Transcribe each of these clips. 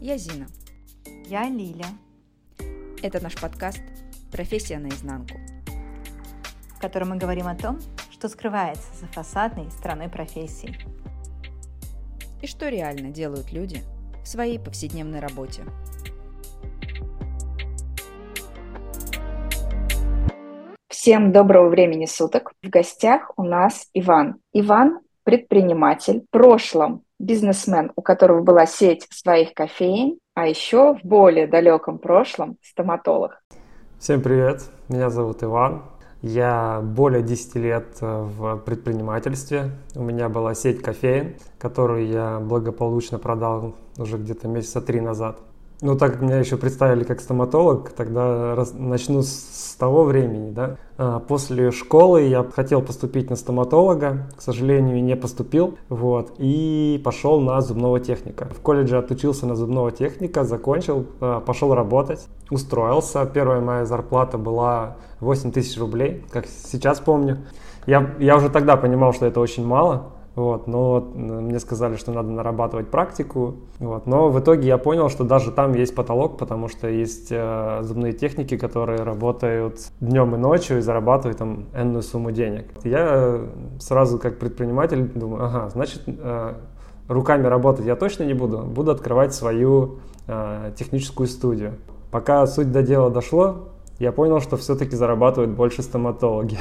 Я Зина. Я Лиля. Это наш подкаст «Профессия наизнанку», в котором мы говорим о том, что скрывается за фасадной стороной профессии. И что реально делают люди в своей повседневной работе. Всем доброго времени суток. В гостях у нас Иван. Иван – предприниматель, в прошлом бизнесмен, у которого была сеть своих кофеен, а еще в более далеком прошлом стоматолог. Всем привет, меня зовут Иван. Я более 10 лет в предпринимательстве. У меня была сеть кофеен, которую я благополучно продал уже где-то месяца 3 назад. Ну, так как меня еще представили как стоматолог, тогда начну с того времени, да. После школы я хотел поступить на стоматолога, к сожалению, не поступил, и пошел на зубного техника. В колледже отучился на зубного техника, закончил, пошел работать, устроился. Первая моя зарплата была 8 тысяч рублей, как сейчас помню. Я уже тогда понимал, что это очень мало. Но мне сказали, что надо нарабатывать практику. Но в итоге я понял, что даже там есть потолок, потому что есть зубные техники, которые работают днем и ночью и зарабатывают там энную сумму денег. Я сразу как предприниматель думаю, значит, руками работать я точно не буду, буду открывать свою техническую студию. Пока суть до дела дошло, я понял, что все-таки зарабатывают больше стоматологи.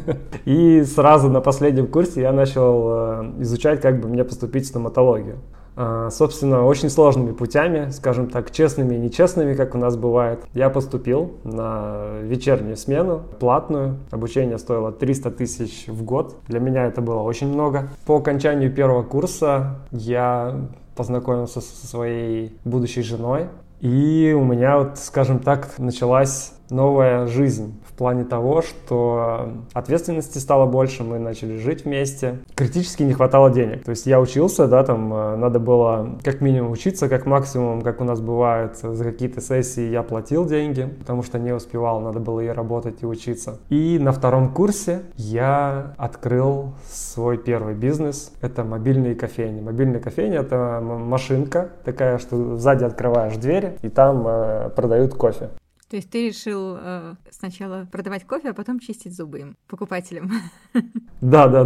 И сразу на последнем курсе я начал изучать, как бы мне поступить в стоматологию. Собственно, очень сложными путями, скажем так, честными и нечестными, как у нас бывает. Я поступил на вечернюю смену, платную. Обучение стоило 300 тысяч в год. Для меня это было очень много. По окончанию первого курса я познакомился со своей будущей женой. И у меня, скажем так, началась новая жизнь в плане того, что ответственности стало больше, мы начали жить вместе. Критически не хватало денег. То есть я учился, надо было как минимум учиться, как максимум, как у нас бывает, за какие-то сессии я платил деньги, потому что не успевал, надо было и работать, и учиться. И на втором курсе я открыл свой первый бизнес. Это мобильные кофейни. Мобильная кофейня — это машинка такая, что сзади открываешь двери, и там продают кофе. То есть ты решил сначала продавать кофе, а потом чистить зубы им, покупателям? Да.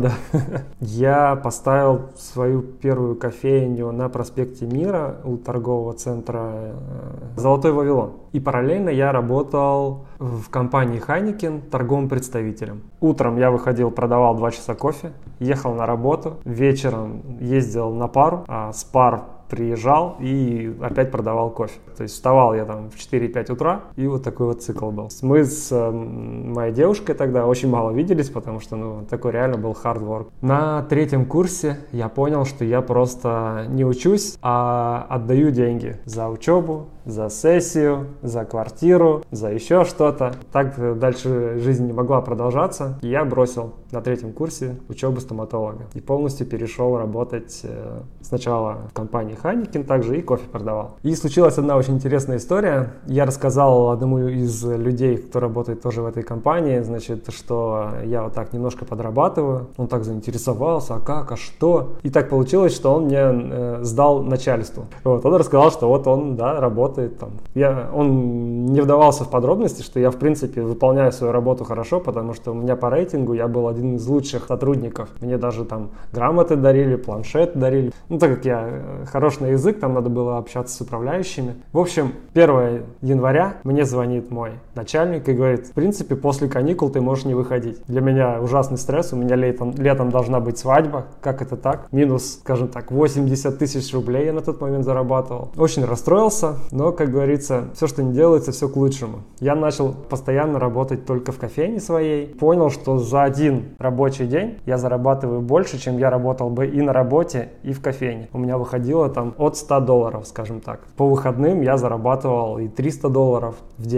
Я поставил свою первую кофейню на проспекте Мира у торгового центра «Золотой Вавилон». И параллельно я работал в компании Heineken торговым представителем. Утром я выходил, продавал 2 часа кофе, ехал на работу, вечером ездил на пару, а с пар приезжал и опять продавал кофе. То есть вставал я там в 4-5 утра, и вот такой вот цикл был. Мы с моей девушкой тогда очень мало виделись, потому что такой реально был hard work. На 3-м курсе я понял, что я просто не учусь, а отдаю деньги за учебу, за сессию, за квартиру, за еще что-то. Так дальше жизнь не могла продолжаться. И я бросил на 3-м курсе учебу стоматолога и полностью перешел работать сначала в компании Heineken также и кофе продавал. И случилась одна очень интересная история. Я рассказал одному из людей, кто работает тоже в этой компании, что я вот так немножко подрабатываю. Он так заинтересовался, а как, а что? И так получилось, что он мне сдал начальству. Он рассказал, что он, работает там. Он не вдавался в подробности, что я, в принципе, выполняю свою работу хорошо, потому что у меня по рейтингу я был один из лучших сотрудников. Мне даже там грамоты дарили, планшет дарили. Так как я хорош на язык, там надо было общаться с управляющими. В общем, 1 января мне звонит мой начальник и говорит: в принципе, после каникул ты можешь не выходить. Для меня ужасный стресс, у меня летом должна быть свадьба. Как это так? Минус, скажем так, 80 тысяч рублей я на тот момент зарабатывал. Очень расстроился, но, как говорится, все, что не делается, все к лучшему. Я начал постоянно работать только в кофейне своей. Понял, что за один рабочий день я зарабатываю больше, чем я работал бы и на работе, и в кофейне. У меня выходило там от $100, скажем так. По выходным я зарабатывал и $300 в день.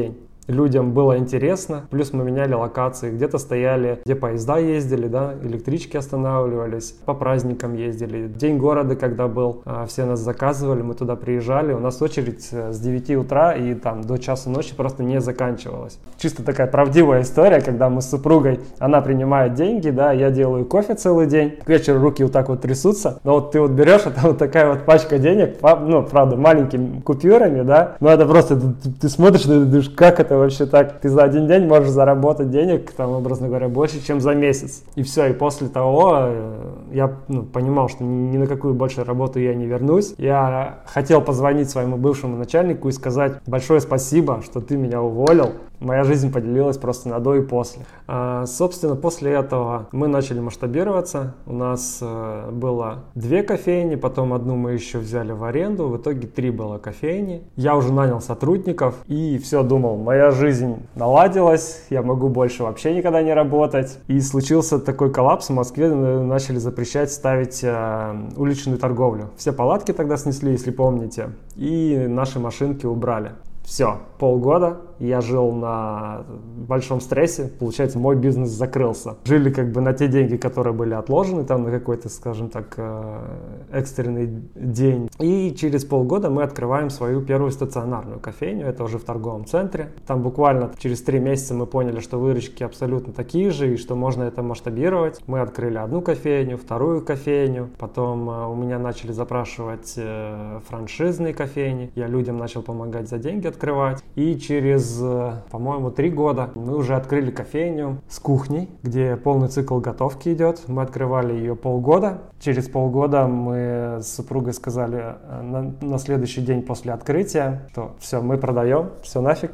людям было интересно. Плюс мы меняли локации. Где-то стояли, где поезда ездили, да, электрички останавливались, по праздникам ездили. День города, когда был, все нас заказывали, мы туда приезжали. У нас очередь с 9 утра и там до часу ночи просто не заканчивалась. Чисто такая правдивая история, когда мы с супругой, она принимает деньги, да, я делаю кофе целый день. К вечеру руки вот так вот трясутся. Но вот ты вот берешь, а там вот такая вот пачка денег, ну, правда, маленькими купюрами, да. Но это просто, ты смотришь, ты думаешь, как это вообще так? Ты за один день можешь заработать денег, там, образно говоря, больше, чем за месяц. И все, и после того я понимал, что ни на какую больше работу я не вернусь. Я хотел позвонить своему бывшему начальнику и сказать большое спасибо, что ты меня уволил. Моя жизнь поделилась просто на до и после. Собственно, после этого мы начали масштабироваться. У нас было 2 кофейни, потом одну мы еще взяли в аренду. В итоге 3 было кофейни. Я уже нанял сотрудников и все думал, моя жизнь наладилась, я могу больше вообще никогда не работать. И случился такой коллапс. В Москве начали запрещать ставить уличную торговлю. Все палатки тогда снесли, если помните, и наши машинки убрали. Все, полгода я жил на большом стрессе, получается, мой бизнес закрылся. Жили как бы на те деньги, которые были отложены, там на какой-то, скажем так, экстренный день. И через полгода мы открываем свою первую стационарную кофейню, это уже в торговом центре. Там буквально через 3 месяца мы поняли, что выручки абсолютно такие же, и что можно это масштабировать. Мы открыли одну кофейню, вторую кофейню, потом у меня начали запрашивать франшизные кофейни, я людям начал помогать за деньги открывать. И через, по-моему, 3 года мы уже открыли кофейню с кухней, где полный цикл готовки идет. Мы открывали ее полгода. Через полгода мы с супругой сказали на следующий день после открытия, что все, мы продаем, все нафиг.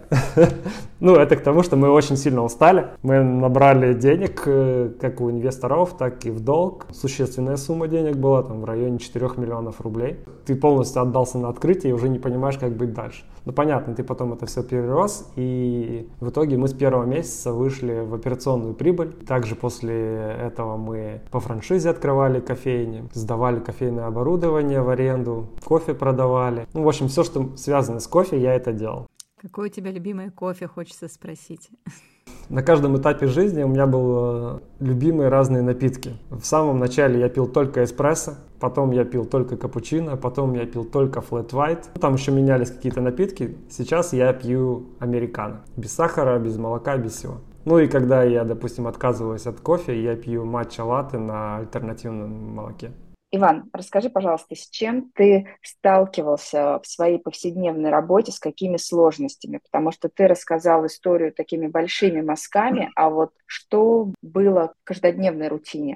Ну, это к тому, что мы очень сильно устали. Мы набрали денег как у инвесторов, так и в долг. Существенная сумма денег была, там в районе 4 миллионов рублей. Ты полностью отдался на открытие и уже не понимаешь, как быть дальше. Ну, понятно, ты потом это все перерос, и в итоге мы с первого месяца вышли в операционную прибыль. Также после этого мы по франшизе открывали кофейни, сдавали кофейное оборудование в аренду, кофе продавали. Ну, в общем, все, что связано с кофе, я это делал. Какой у тебя любимый кофе, хочется спросить? На каждом этапе жизни у меня были любимые разные напитки. В самом начале я пил только эспрессо, потом я пил только капучино, потом я пил только flat white. Там еще менялись какие-то напитки. Сейчас я пью американо. Без сахара, без молока, без всего. Ну и когда я, допустим, отказываюсь от кофе, я пью матча-латте на альтернативном молоке. Иван, расскажи, пожалуйста, с чем ты сталкивался в своей повседневной работе, с какими сложностями? Потому что ты рассказал историю такими большими мазками, а вот что было в каждодневной рутине?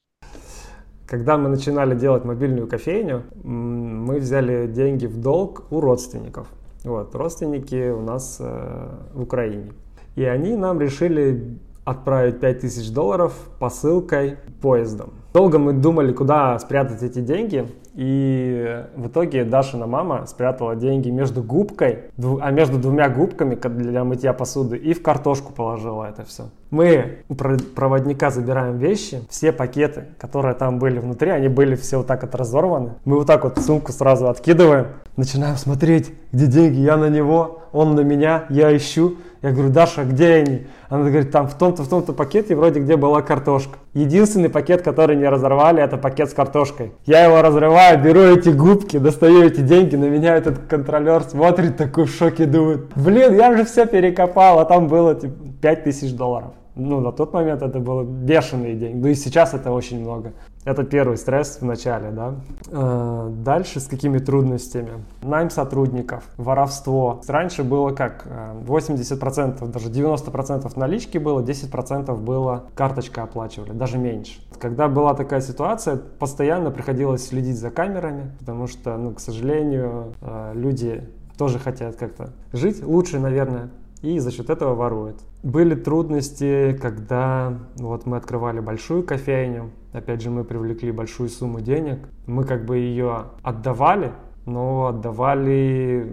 Когда мы начинали делать мобильную кофейню, мы взяли деньги в долг у родственников. Вот, родственники у нас в Украине. И они нам решили отправить $5000 посылкой поездом. Долго мы думали, куда спрятать эти деньги, и в итоге Дашина мама спрятала деньги между между 2 губками для мытья посуды, и в картошку положила это все. Мы у проводника забираем вещи, все пакеты, которые там были внутри, они были все вот так вот разорваны. Мы вот так вот сумку сразу откидываем, начинаем смотреть, где деньги, я на него, он на меня, я ищу. Я говорю, Даша, где они? Она говорит, там в том-то пакете вроде где была картошка. Единственный пакет, который не разорвали, это пакет с картошкой. Я его разрываю, беру эти губки, достаю эти деньги, на меня этот контролер смотрит такой в шоке, думает, блин, я же все перекопал, а там было типа $5000. Ну, на тот момент это было бешеные деньги. Ну и сейчас это очень много. Это первый стресс в начале, да. Дальше с какими трудностями? Найм сотрудников, воровство. Раньше было как? 80%, даже 90% налички было, 10% было карточкой оплачивали, даже меньше. Когда была такая ситуация, постоянно приходилось следить за камерами, потому что, ну, к сожалению, люди тоже хотят как-то жить лучше, наверное, и за счет этого воруют. Были трудности, когда вот мы открывали большую кофейню, опять же мы привлекли большую сумму денег, мы как бы ее отдавали, но отдавали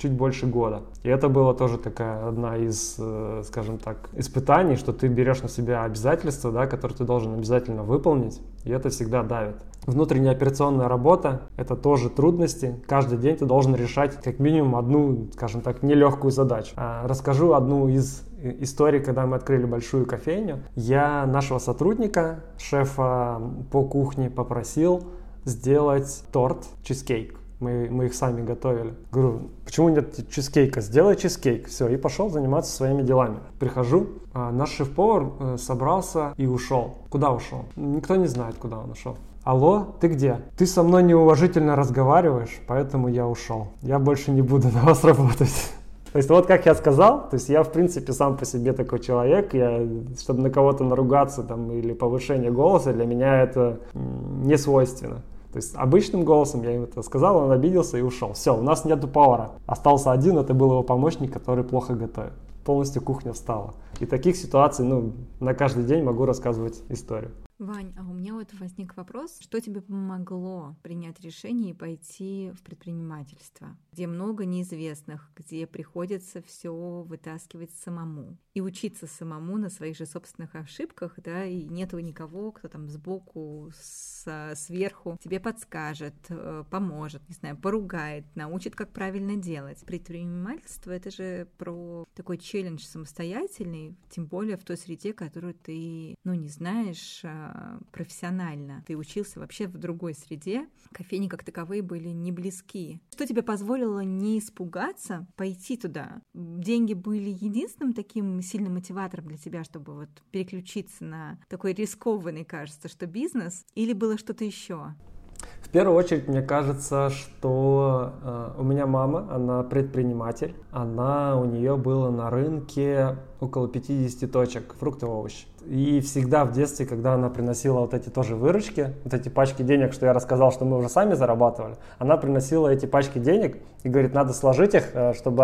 чуть больше года. И это была тоже такая одна из, скажем так, испытаний, что ты берешь на себя обязательства, да, которые ты должен обязательно выполнить, и это всегда давит. Внутренняя операционная работа – это тоже трудности. Каждый день ты должен решать как минимум одну, скажем так, нелегкую задачу. Расскажу одну из историй, когда мы открыли большую кофейню. Я нашего сотрудника, шефа по кухне, попросил сделать торт, чизкейк. Мы их сами готовили. Говорю, почему нет чизкейка? Сделай чизкейк. Все, и пошел заниматься своими делами. Прихожу, наш шеф-повар собрался и ушел. Куда ушел? Никто не знает, куда он ушел. Алло, ты где? Ты со мной неуважительно разговариваешь, поэтому я ушел. Я больше не буду на вас работать. То есть вот как я сказал, то есть я в принципе сам по себе такой человек, чтобы на кого-то наругаться там, или повышение голоса, для меня это не свойственно. То есть обычным голосом я ему это сказал, он обиделся и ушел. Все, у нас нету повара. Остался один, это был его помощник, который плохо готовит. Полностью кухня встала. И таких ситуаций, на каждый день могу рассказывать историю. Вань, а у меня вот возник вопрос, что тебе помогло принять решение и пойти в предпринимательство, где много неизвестных, где приходится все вытаскивать самому и учиться самому на своих же собственных ошибках, да, и нету никого, кто там сбоку, сверху тебе подскажет, поможет, не знаю, поругает, научит, как правильно делать. Предпринимательство — это же про такой челлендж самостоятельный, тем более в той среде, которую ты, не знаешь профессионально. Ты учился вообще в другой среде. Кофейни как таковые были не близки. Что тебе позволило не испугаться, пойти туда? Деньги были единственным таким сильным мотиватором для тебя, чтобы вот переключиться на такой рискованный, кажется, что бизнес? Или было что-то еще? В первую очередь, мне кажется, что у меня мама, она предприниматель. У нее было на рынке около 50 точек фрукты и овощи. И всегда в детстве, когда она приносила вот эти тоже выручки, вот эти пачки денег, что я рассказал, что мы уже сами зарабатывали, она приносила эти пачки денег и говорит, надо сложить их, чтобы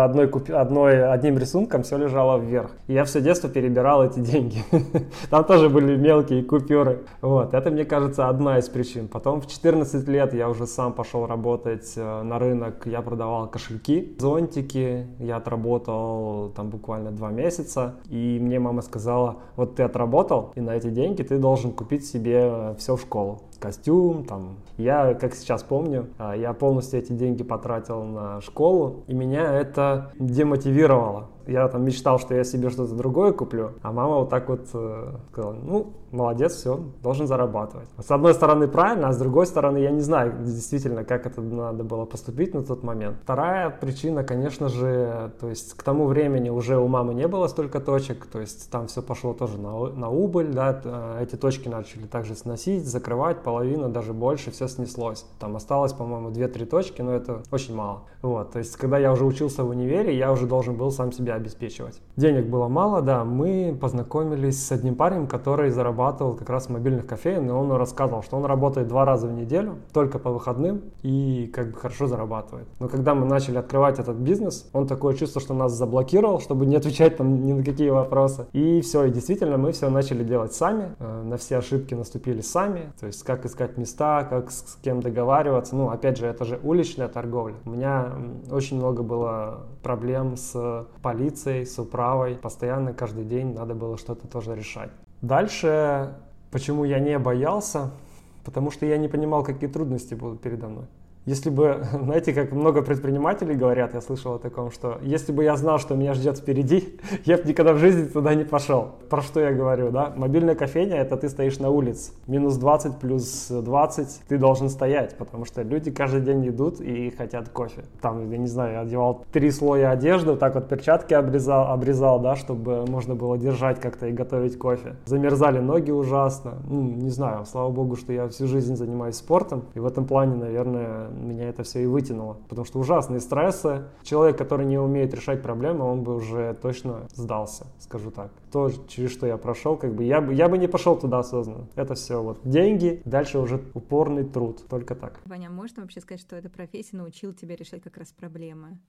одним рисунком все лежало вверх. И я все детство перебирал эти деньги. Там тоже были мелкие купюры. Вот. Это, мне кажется, одна из причин. Потом в 14 лет я уже сам пошел работать на рынок, я продавал кошельки, зонтики, я отработал там буквально 2 месяца, и мне мама сказала, вот ты отработал, и на эти деньги ты должен купить себе все в школу. Костюм, там. Я, как сейчас помню, я полностью эти деньги потратил на школу, и меня это демотивировало. Я там мечтал, что я себе что-то другое куплю, а мама вот так вот сказала, молодец, все, должен зарабатывать. С одной стороны правильно, а с другой стороны я не знаю действительно, как это надо было поступить на тот момент. Вторая причина, конечно же, то есть к тому времени уже у мамы не было столько точек, то есть там все пошло тоже на убыль, да, эти точки начали также сносить, закрывать, половина, даже больше, все снеслось. Там осталось, по-моему, 2-3 точки, но это очень мало. Вот, то есть когда я уже учился в универе, я уже должен был сам себя обеспечивать. Денег было мало, да, мы познакомились с одним парнем, который зарабатывал как раз в мобильных кофеин, и он рассказывал, что он работает 2 раза в неделю, только по выходным, и как бы хорошо зарабатывает. Но когда мы начали открывать этот бизнес, он такое чувство, что нас заблокировал, чтобы не отвечать там ни на какие вопросы. И все, и действительно мы все начали делать сами, на все ошибки наступили сами, то есть как искать места, как с кем договариваться. Опять же, это же уличная торговля. У меня очень много было проблем с полицией, с управой. Постоянно, каждый день надо было что-то тоже решать. Дальше, почему я не боялся? Потому что я не понимал, какие трудности будут передо мной. Если бы, знаете, как много предпринимателей говорят, я слышал о таком, что если бы я знал, что меня ждет впереди, я бы никогда в жизни туда не пошел. Про что я говорю, да? Мобильная кофейня — это ты стоишь на улице. Минус 20 плюс 20 ты должен стоять, потому что люди каждый день идут и хотят кофе. Там, я не знаю, я одевал 3 слоя одежды, так вот перчатки обрезал, да, чтобы можно было держать как-то и готовить кофе. Замерзали ноги ужасно. Не знаю, слава богу, что я всю жизнь занимаюсь спортом, и в этом плане, наверное, меня это все и вытянуло. Потому что ужасные стрессы. Человек, который не умеет решать проблемы, он бы уже точно сдался, скажу так. То, через что я прошел, как бы я бы не пошел туда осознанно. Это все вот деньги, дальше уже упорный труд. Только так. Ваня, можно вообще сказать, что эта профессия научила тебя решать как раз проблемы?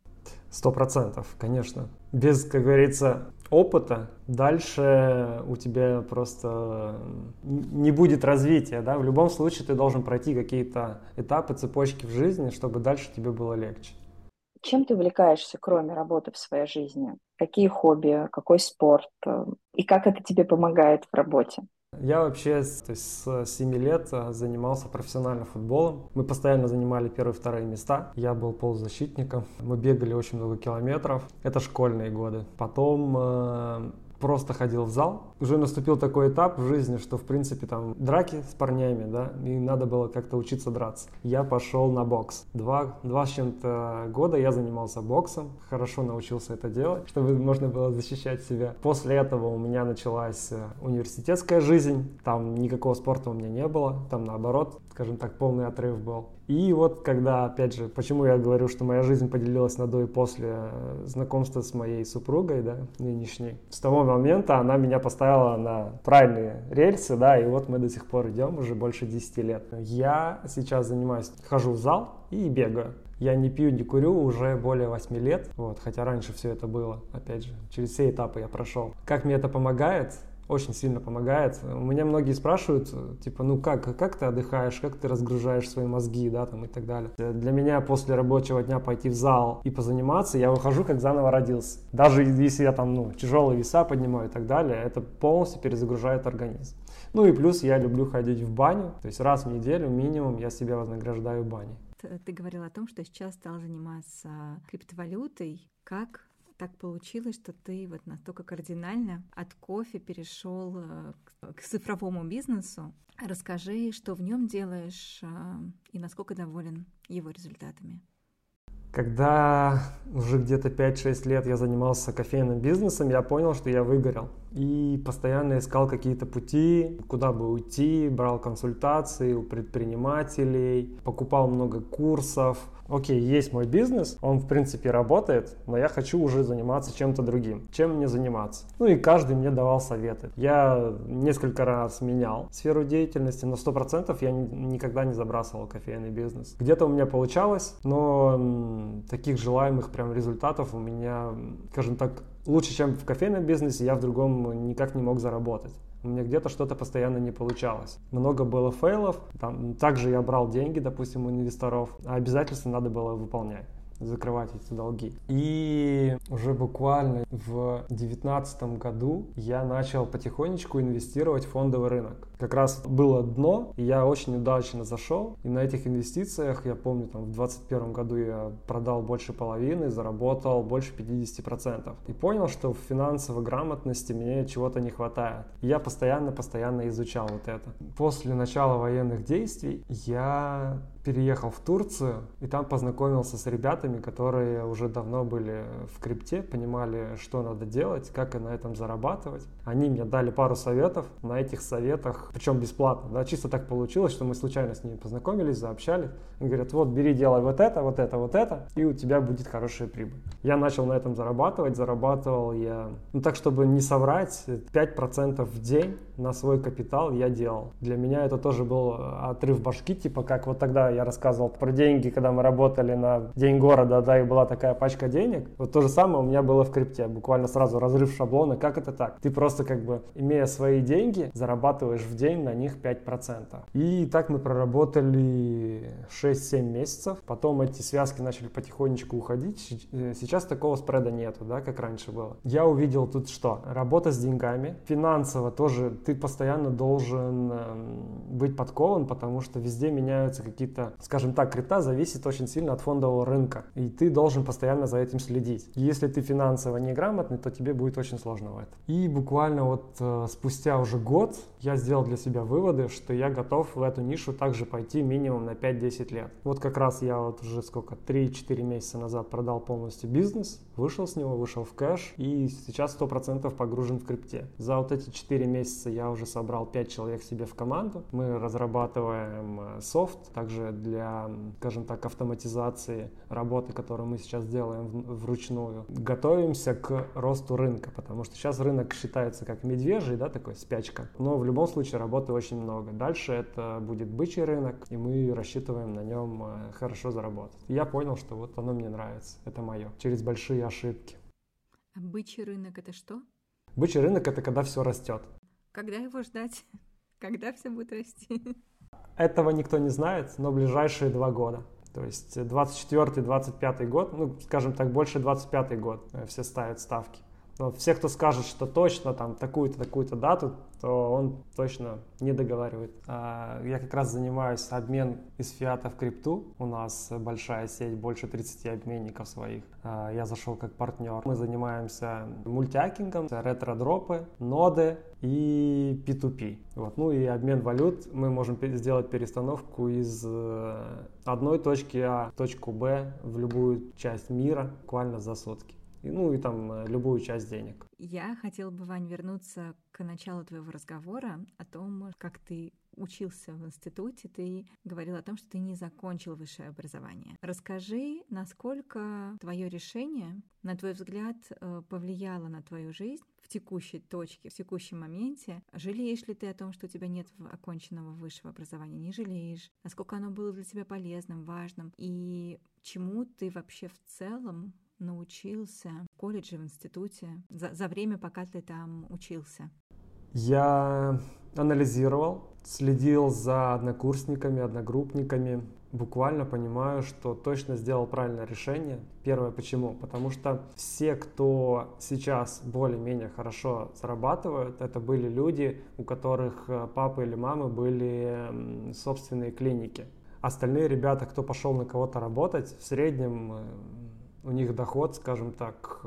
100%, конечно. Без, как говорится, опыта дальше у тебя просто не будет развития, да? В любом случае ты должен пройти какие-то этапы, цепочки в жизни, чтобы дальше тебе было легче. Чем ты увлекаешься, кроме работы в своей жизни? Какие хобби, какой спорт? И как это тебе помогает в работе? Я вообще с 7 лет занимался профессионально футболом. Мы постоянно занимали первые и вторые места. Я был полузащитником. Мы бегали очень много километров. Это школьные годы. Потом просто ходил в зал. Уже наступил такой этап в жизни, что, в принципе, там драки с парнями, да, и надо было как-то учиться драться. Я пошел на бокс. Два с чем-то года я занимался боксом, хорошо научился это делать, чтобы можно было защищать себя. После этого у меня началась университетская жизнь, там никакого спорта у меня не было, там наоборот, скажем так, полный отрыв был. И вот когда, опять же, почему я говорю, что моя жизнь поделилась на до и после знакомства с моей супругой, да, нынешней, с того момента она меня поставила на правильные рельсы, да, и вот мы до сих пор идем уже больше 10 лет. Я сейчас хожу в зал и бегаю. Я не пью, не курю уже более 8 лет, вот, хотя раньше все это было, опять же, через все этапы я прошел. Как мне это помогает? Очень сильно помогает. У меня многие спрашивают, типа, ну как ты отдыхаешь, как ты разгружаешь свои мозги, да, там и так далее. Для меня после рабочего дня пойти в зал и позаниматься, я выхожу как заново родился. Даже если я там, тяжелые веса поднимаю и так далее, это полностью перезагружает организм. Ну и плюс я люблю ходить в баню, то есть раз в неделю минимум я себя вознаграждаю в бане. Ты говорил о том, что сейчас стал заниматься криптовалютой. Как так получилось, что ты вот настолько кардинально от кофе перешел к цифровому бизнесу? Расскажи, что в нем делаешь и насколько доволен его результатами. Когда уже где-то 5-6 лет я занимался кофейным бизнесом, я понял, что я выгорел. И постоянно искал какие-то пути, куда бы уйти, брал консультации у предпринимателей, покупал много курсов. Окей, есть мой бизнес, он в принципе работает, но я хочу уже заниматься чем-то другим. Чем мне заниматься? Ну и каждый мне давал советы. Я несколько раз менял сферу деятельности, но 100% я никогда не забрасывал кофейный бизнес. Где-то у меня получалось, но таких желаемых прям результатов у меня, скажем так, лучше, чем в кофейном бизнесе, я в другом никак не мог заработать. У меня где-то что-то постоянно не получалось. Много было фейлов. Также я брал деньги, допустим, у инвесторов, а обязательства надо было выполнять, закрывать эти долги. И уже буквально в 2019 году я начал потихонечку инвестировать в фондовый рынок. Как раз было дно, и я очень удачно зашел. И на этих инвестициях, я помню, в 2021 году я продал больше половины, заработал больше 50%. И понял, что в финансовой грамотности мне чего-то не хватает. И я постоянно изучал вот это. После начала военных действий я переехал в Турцию и там познакомился с ребятами, которые уже давно были в крипте, понимали, что надо делать, как и на этом зарабатывать. Они мне дали пару советов. На этих советах, причем бесплатно, да, чисто так получилось, что мы случайно с ними познакомились, заобщались. Они говорят, вот бери, делай вот это, и у тебя будет хорошая прибыль. Я начал на этом зарабатывал я, так чтобы не соврать, 5% в день на свой капитал я делал. Для меня это тоже был отрыв башки, типа как вот тогда я рассказывал про деньги, когда мы работали на День города, да, и была такая пачка денег. Вот то же самое у меня было в крипте. Буквально сразу разрыв шаблона. Как это так? Ты просто имея свои деньги, зарабатываешь в день на них 5%. И так мы проработали 6-7 месяцев. Потом эти связки начали потихонечку уходить. Сейчас такого спреда нету, да, как раньше было. Я увидел тут что? Работа с деньгами. Финансово тоже ты постоянно должен быть подкован, потому что везде меняются какие-то, скажем так, крипта зависит очень сильно от фондового рынка. И ты должен постоянно за этим следить. Если ты финансово неграмотный, то тебе будет очень сложно в этом. И буквально спустя уже год я сделал для себя выводы, что я готов в эту нишу также пойти минимум на 5-10 лет. Вот как раз я уже 3-4 месяца назад продал полностью бизнес, вышел с него, вышел в кэш и сейчас 100% погружен в крипте. За эти 4 месяца я уже собрал 5 человек себе в команду. Мы разрабатываем софт, также для, скажем так, автоматизации работы, которую мы сейчас делаем вручную. Готовимся к росту рынка, потому что сейчас рынок считается как медвежий, да, такой спячка. Но в любом случае работы очень много. Дальше это будет бычий рынок, и мы рассчитываем на нем хорошо заработать. И я понял, что вот оно мне нравится, это мое, через большие ошибки. А бычий рынок это что? Бычий рынок это когда все растет. Когда его ждать? Когда все будет расти? Этого никто не знает, но ближайшие 2 года. То есть 24-25 год, ну, скажем так, больше 25-й год все ставят ставки. Но все, кто скажет, что точно там такую-то дату, то он точно не договаривает. Я как раз занимаюсь обмен из фиата в крипту. У нас большая сеть, больше 30 обменников своих. Я зашел как партнер. Мы занимаемся мультиакингом, ретро-дропы, ноды и P2P. Вот. Ну и обмен валют. Мы можем сделать перестановку из одной точки А в точку Б в любую часть мира буквально за сутки. Ну и там любую часть денег. Я хотела бы, Вань, вернуться к началу твоего разговора о том, как ты учился в институте. Ты говорил о том, что ты не закончил высшее образование. Расскажи, насколько твое решение, на твой взгляд, повлияло на твою жизнь в текущей точке, в текущем моменте. Жалеешь ли ты о том, что у тебя нет оконченного высшего образования? Не жалеешь? Насколько оно было для тебя полезным, важным? И чему ты вообще в целом научился в колледже, в институте, за время, пока ты там учился? Я анализировал, следил за однокурсниками, одногруппниками. Буквально понимаю, что точно сделал правильное решение. Первое, почему? Потому что все, кто сейчас более-менее хорошо зарабатывают, это были люди, у которых папы или мамы были собственные клиники. Остальные ребята, кто пошел на кого-то работать, в среднем у них доход, скажем так,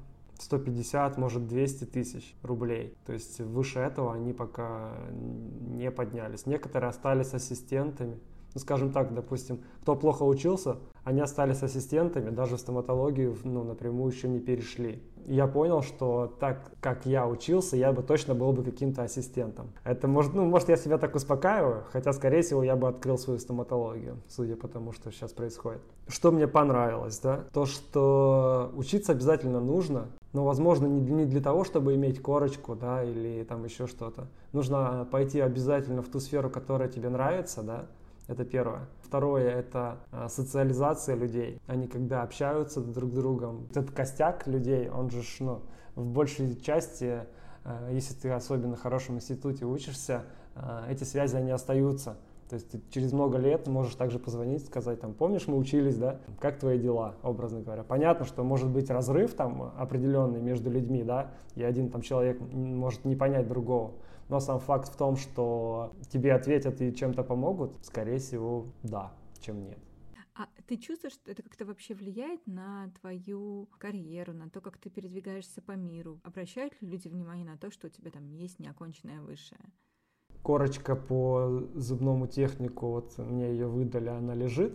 150, может 200 тысяч рублей. То есть выше этого они пока не поднялись. Некоторые остались ассистентами. Ну, скажем так, допустим, кто плохо учился, они остались ассистентами, даже в стоматологию напрямую еще не перешли. И я понял, что так, как я учился, я бы точно был бы каким-то ассистентом. Это может, я себя так успокаиваю, хотя, скорее всего, я бы открыл свою стоматологию, судя по тому, что сейчас происходит. Что мне понравилось, да? То, что учиться обязательно нужно, но, возможно, не для того, чтобы иметь корочку, да, или там еще что-то. Нужно пойти обязательно в ту сферу, которая тебе нравится, да. Это первое. Второе – это социализация людей. Они когда общаются друг с другом. Этот костяк людей, он же, в большей части, если ты особенно в хорошем институте учишься, эти связи, они остаются. То есть ты через много лет можешь также позвонить, сказать, там, помнишь, мы учились, да, как твои дела, образно говоря. Понятно, что может быть разрыв там определенный между людьми, да, и один там человек может не понять другого. Но сам факт в том, что тебе ответят и чем-то помогут, скорее всего, да, чем нет. А ты чувствуешь, что это как-то вообще влияет на твою карьеру, на то, как ты передвигаешься по миру? Обращают ли люди внимание на то, что у тебя там есть неоконченное высшее? Корочка по зубному технику, вот мне ее выдали, она лежит,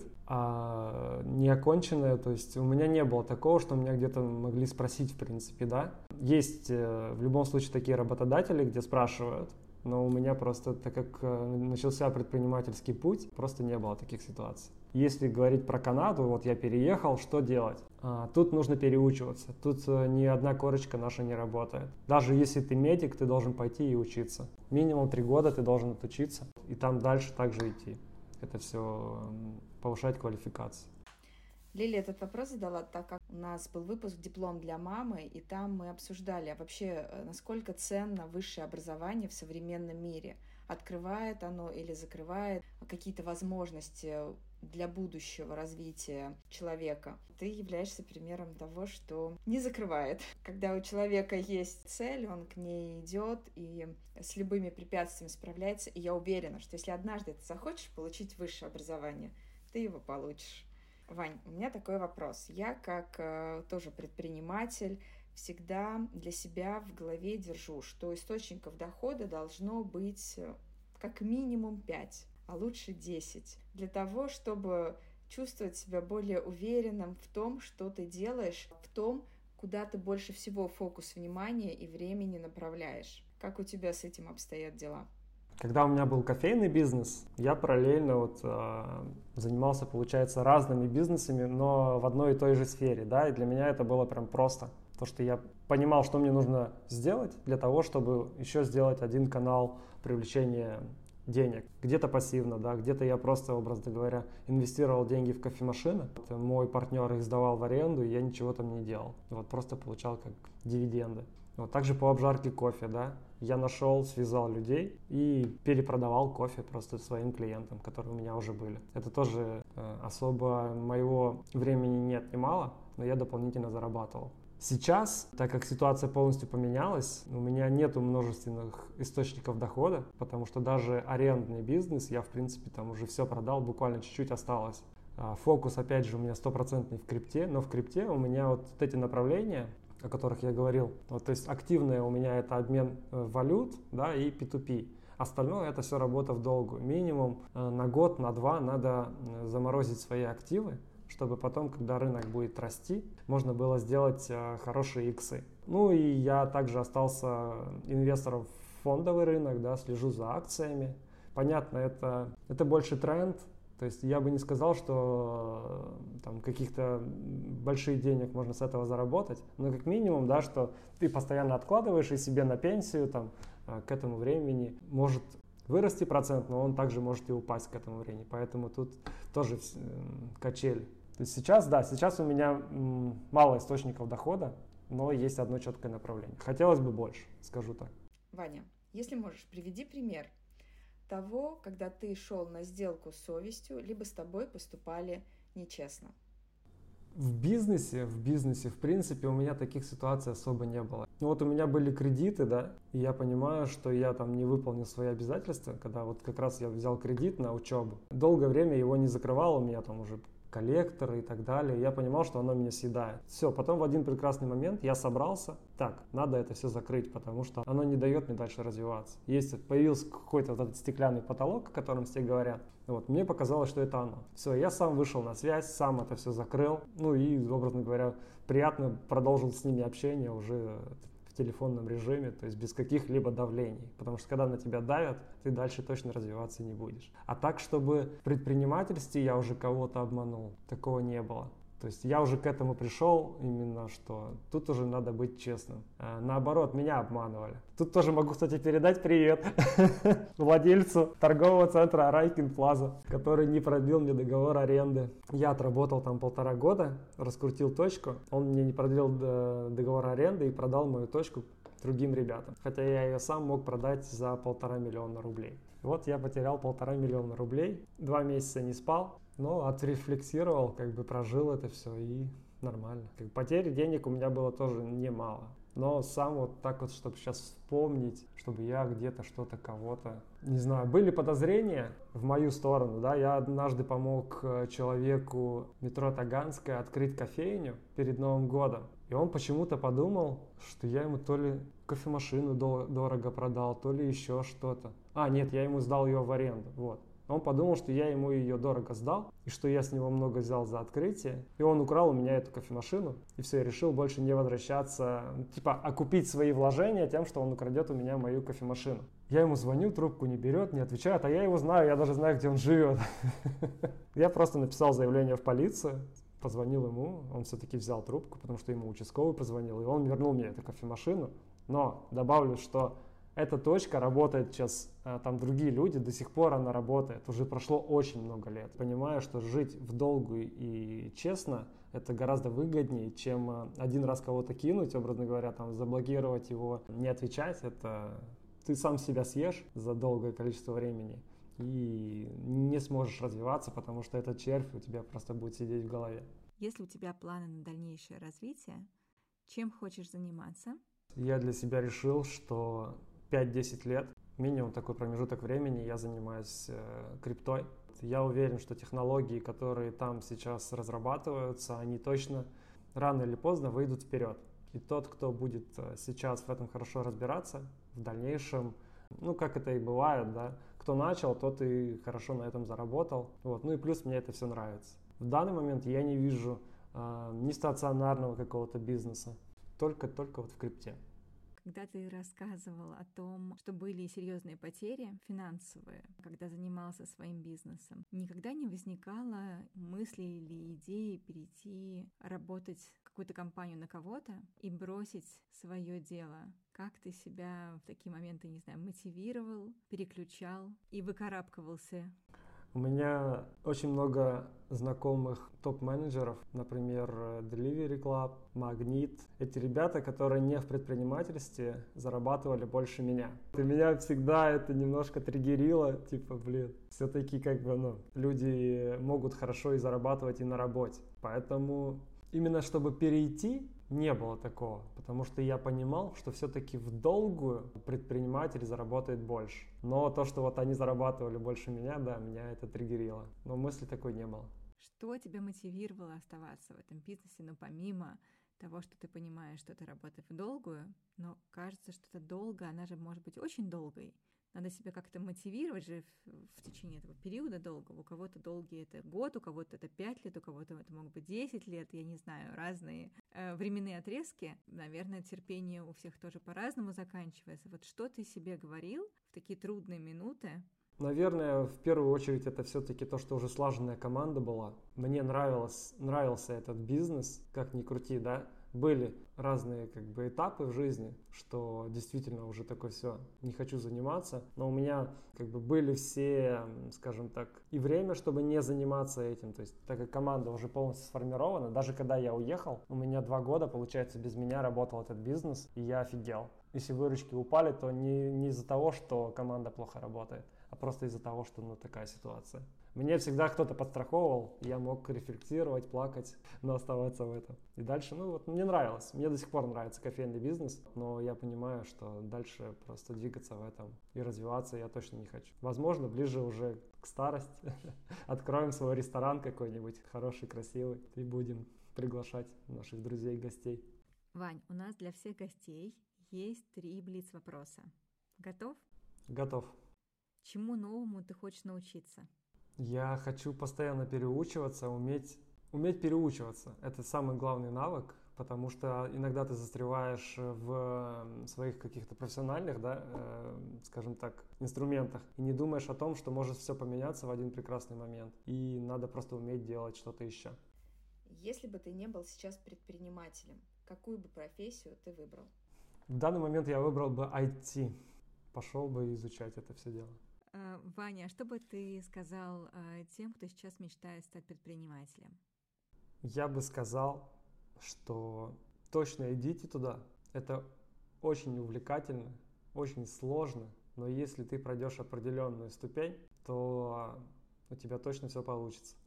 а неоконченная, то есть у меня не было такого, что меня где-то могли спросить, в принципе, да. Есть в любом случае такие работодатели, где спрашивают, но у меня просто, так как начался предпринимательский путь, просто не было таких ситуаций. Если говорить про Канаду, вот я переехал, что делать? Тут нужно переучиваться, тут ни одна корочка наша не работает. Даже если ты медик, ты должен пойти и учиться. Минимум 3 года ты должен отучиться, и там дальше также идти. Это все повышать квалификацию. Лилия этот вопрос задала, так как у нас был выпуск «Диплом для мамы», и там мы обсуждали, а вообще, насколько ценно высшее образование в современном мире. Открывает оно или закрывает какие-то возможности для будущего развития человека. Ты являешься примером того, что не закрывает. Когда у человека есть цель, он к ней идет и с любыми препятствиями справляется. И я уверена, что если однажды ты захочешь получить высшее образование, ты его получишь. Вань, у меня такой вопрос. Я, как тоже предприниматель, всегда для себя в голове держу, что источников дохода должно быть как минимум 5, а лучше 10, для того, чтобы чувствовать себя более уверенным в том, что ты делаешь, в том, куда ты больше всего фокус внимания и времени направляешь. Как у тебя с этим обстоят дела? Когда у меня был кофейный бизнес, я параллельно занимался, получается, разными бизнесами, но в одной и той же сфере, да, и для меня это было прям просто. То, что я понимал, что мне нужно сделать для того, чтобы еще сделать один канал привлечения денег. Где-то пассивно, да, где-то я просто, образно говоря, инвестировал деньги в кофемашины. Мой партнер их сдавал в аренду, и я ничего там не делал. Вот просто получал как дивиденды. Вот, также по обжарке кофе, да, я нашел, связал людей и перепродавал кофе просто своим клиентам, которые у меня уже были. Это тоже особо моего времени не отнимало, но я дополнительно зарабатывал. Сейчас, так как ситуация полностью поменялась, у меня нету множественных источников дохода, потому что даже арендный бизнес, я в принципе там уже все продал, буквально чуть-чуть осталось. Фокус, опять же, у меня 100% в крипте, но в крипте у меня вот эти направления, о которых я говорил, вот, то есть активное у меня это обмен валют, да, и P2P. Остальное это все работа в долгую. Минимум на год, на два надо заморозить свои активы, чтобы потом, когда рынок будет расти, можно было сделать хорошие иксы. Ну и я также остался инвестором в фондовый рынок, да, слежу за акциями. Понятно, это больше тренд. То есть я бы не сказал, что там каких-то больших денег можно с этого заработать, но как минимум, да, что ты постоянно откладываешь и себе на пенсию там, к этому времени может вырасти процент, но он также может и упасть к этому времени. Поэтому тут тоже качель. То есть сейчас, да, сейчас у меня мало источников дохода, но есть одно четкое направление. Хотелось бы больше, скажу так. Ваня, если можешь, приведи пример того, когда ты шел на сделку с совестью, либо с тобой поступали нечестно. В бизнесе, в принципе, у меня таких ситуаций особо не было. Ну вот у меня были кредиты, да, и я понимаю, что я там не выполнил свои обязательства, когда вот как раз я взял кредит на учебу. Долгое время его не закрывал, у меня там уже коллекторы и так далее. Я понимал, что оно меня съедает. Все, потом в один прекрасный момент я собрался. Так, надо это все закрыть, потому что оно не дает мне дальше развиваться. Появился какой-то вот этот стеклянный потолок, о котором все говорят. Вот, мне показалось, что это оно. Все, я сам вышел на связь, сам это все закрыл. Ну и, образно говоря, приятно продолжил с ними общение уже в телефонном режиме, то есть без каких-либо давлений. Потому что когда на тебя давят, ты дальше точно развиваться не будешь. А так, чтобы в предпринимательстве я уже кого-то обманул, такого не было. То есть я уже к этому пришел, именно что тут уже надо быть честным. Наоборот, меня обманывали. Тут тоже могу, кстати, передать привет владельцу торгового центра Райкин Плаза, который не продлил мне договор аренды. Я отработал там 1,5 года, раскрутил точку. Он мне не продлил договор аренды и продал мою точку другим ребятам. Хотя я ее сам мог продать за 1,5 миллиона рублей. Вот я потерял 1,5 миллиона рублей. 2 месяца не спал. Но отрефлексировал, прожил это все и нормально. Потери денег у меня было тоже немало. Но сам вот так вот, чтобы сейчас вспомнить, чтобы я где-то что-то кого-то... Не знаю, были подозрения в мою сторону, да. Я однажды помог человеку метро Таганская открыть кофейню перед Новым годом. И он почему-то подумал, что я ему то ли кофемашину дорого продал, то ли еще что-то. Нет, я ему сдал ее в аренду, вот. Он подумал, что я ему ее дорого сдал, и что я с него много взял за открытие. И он украл у меня эту кофемашину. И все, я решил больше не возвращаться, окупить свои вложения тем, что он украдет у меня мою кофемашину. Я ему звоню, трубку не берет, не отвечает, а я его знаю, я даже знаю, где он живет. Я просто написал заявление в полицию, позвонил ему, он все-таки взял трубку, потому что ему участковый позвонил, и он вернул мне эту кофемашину. Но добавлю, что эта точка работает сейчас, там другие люди, до сих пор она работает. Уже прошло очень много лет. Понимаю, что жить в долгую и честно, это гораздо выгоднее, чем один раз кого-то кинуть, образно говоря, там, заблокировать его, не отвечать. Это ты сам себя съешь за долгое количество времени и не сможешь развиваться, потому что этот червь у тебя просто будет сидеть в голове. Если у тебя планы на дальнейшее развитие, чем хочешь заниматься? Я для себя решил, что 5-10 лет, минимум такой промежуток времени, я занимаюсь криптой. Я уверен, что технологии, которые там сейчас разрабатываются, они точно рано или поздно выйдут вперед. И тот, кто будет сейчас в этом хорошо разбираться, в дальнейшем, как это и бывает, да, кто начал, тот и хорошо на этом заработал. Вот. Ну и плюс мне это все нравится. В данный момент я не вижу ни стационарного какого-то бизнеса, только вот в крипте. Когда ты рассказывал о том, что были серьезные потери финансовые, когда занимался своим бизнесом, никогда не возникало мысли или идеи перейти работать в какую-то компанию на кого-то и бросить свое дело? Как ты себя в такие моменты, не знаю, мотивировал, переключал и выкарабкивался? У меня очень много знакомых топ-менеджеров, например, Delivery Club, Magnet. Эти ребята, которые не в предпринимательстве, зарабатывали больше меня. И меня всегда это немножко триггерило, типа, все-таки люди могут хорошо и зарабатывать и на работе. Поэтому именно чтобы перейти, не было такого, потому что я понимал, что все-таки в долгую предприниматель заработает больше. Но то, что они зарабатывали больше меня, да, меня это триггерило. Но мысли такой не было. Что тебя мотивировало оставаться в этом бизнесе, помимо того, что ты понимаешь, что ты работаешь в долгую, но кажется, что эта долгая, она же может быть очень долгой. Надо себя как-то мотивировать же в течение этого периода долгого. У кого-то долгий это год, у кого-то это 5 лет, у кого-то это могут быть 10 лет, я не знаю, разные временные отрезки. Наверное, терпение у всех тоже по-разному заканчивается. Что ты себе говорил в такие трудные минуты? Наверное, в первую очередь это все-таки то, что уже слаженная команда была. Мне нравился этот бизнес, как ни крути, да. Были разные этапы в жизни, что действительно уже такое все, не хочу заниматься. Но у меня были все, скажем так, и время, чтобы не заниматься этим. То есть, так как команда уже полностью сформирована, даже когда я уехал, у меня 2 года, получается, без меня работал этот бизнес, и я офигел. Если выручки упали, то не из-за того, что команда плохо работает, а просто из-за того, что такая ситуация. Мне всегда кто-то подстраховывал, я мог рефлексировать, плакать, но оставаться в этом. И дальше, мне нравилось. Мне до сих пор нравится кофейный бизнес, но я понимаю, что дальше просто двигаться в этом и развиваться я точно не хочу. Возможно, ближе уже к старости откроем свой ресторан какой-нибудь хороший, красивый и будем приглашать наших друзей, гостей. Вань, у нас для всех гостей есть 3 блиц-вопроса. Готов? Готов. Чему новому ты хочешь научиться? Я хочу постоянно переучиваться, уметь переучиваться. Это самый главный навык, потому что иногда ты застреваешь в своих каких-то профессиональных, скажем так, инструментах и не думаешь о том, что может все поменяться в один прекрасный момент. И надо просто уметь делать что-то еще. Если бы ты не был сейчас предпринимателем, какую бы профессию ты выбрал? В данный момент я выбрал бы IT. Пошел бы изучать это все дело. Ваня, что бы ты сказал тем, кто сейчас мечтает стать предпринимателем? Я бы сказал, что точно идите туда. Это очень увлекательно, очень сложно, но если ты пройдешь определенную ступень, то у тебя точно все получится.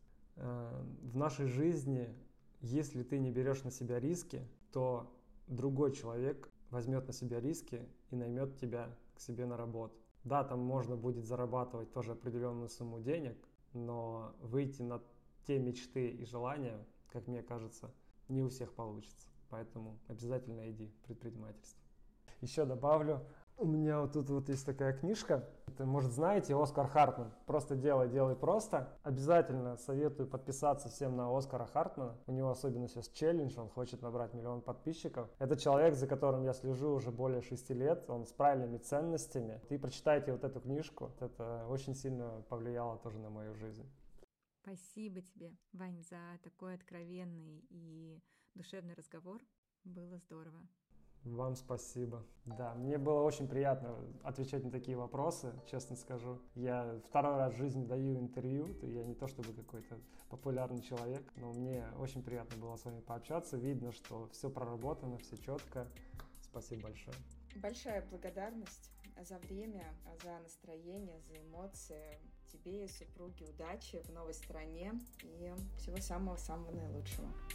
В нашей жизни, если ты не берешь на себя риски, то другой человек возьмет на себя риски и наймет тебя к себе на работу. Да, там можно будет зарабатывать тоже определенную сумму денег, но выйти на те мечты и желания, как мне кажется, не у всех получится. Поэтому обязательно иди в предпринимательство. Еще добавлю, у меня тут есть такая книжка. Это, может, знаете, Оскар Хартман. «Просто делай просто». Обязательно советую подписаться всем на Оскара Хартмана. У него особенно сейчас челлендж, он хочет набрать 1 миллион подписчиков. Это человек, за которым я слежу уже более 6 лет. Он с правильными ценностями. И прочитайте эту книжку. Это очень сильно повлияло тоже на мою жизнь. Спасибо тебе, Вань, за такой откровенный и душевный разговор. Было здорово. Вам спасибо. Да, мне было очень приятно отвечать на такие вопросы, честно скажу. Я 2-й раз в жизни даю интервью, я не то чтобы какой-то популярный человек, но мне очень приятно было с вами пообщаться. Видно, что все проработано, все четко. Спасибо большое. Большая благодарность за время, за настроение, за эмоции. Тебе и супруге удачи в новой стране и всего самого-самого наилучшего.